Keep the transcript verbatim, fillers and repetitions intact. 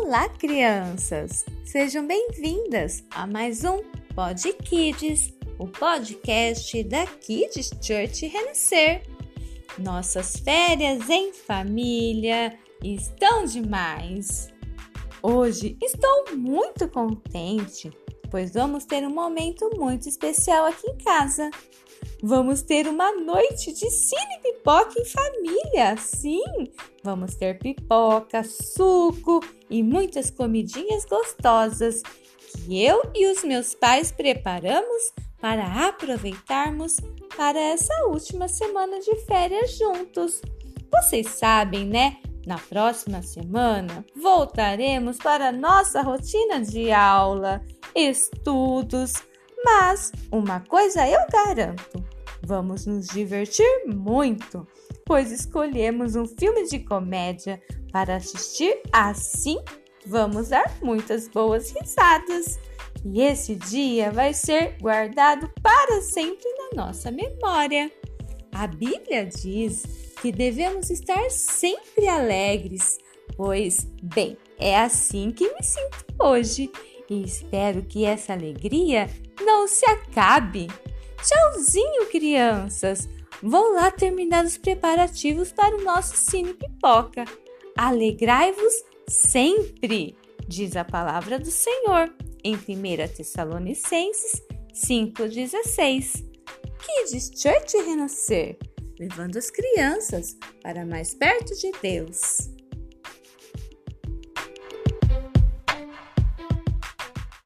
Olá, crianças! Sejam bem-vindas a mais um Pod Kids, o podcast da Kids Church Renascer. Nossas férias em família estão demais! Hoje estou muito contente, pois vamos ter um momento muito especial aqui em casa. Vamos ter uma noite de cine pipoca em família, sim! Vamos ter pipoca, suco e muitas comidinhas gostosas que eu e os meus pais preparamos para aproveitarmos para essa última semana de férias juntos. Vocês sabem, né? Na próxima semana voltaremos para a nossa rotina de aula, estudos, mas uma coisa eu garanto, vamos nos divertir muito, pois escolhemos um filme de comédia para assistir, assim vamos dar muitas boas risadas. E esse dia vai ser guardado para sempre na nossa memória. A Bíblia diz que devemos estar sempre alegres, pois, bem, é assim que me sinto hoje e espero que essa alegria não se acabe. Tchauzinho, crianças! Vou lá terminar os preparativos para o nosso cine pipoca. Alegrai-vos sempre, diz a palavra do Senhor em primeira Tessalonicenses cinco dezesseis. Kids Church Renascer, levando as crianças para mais perto de Deus.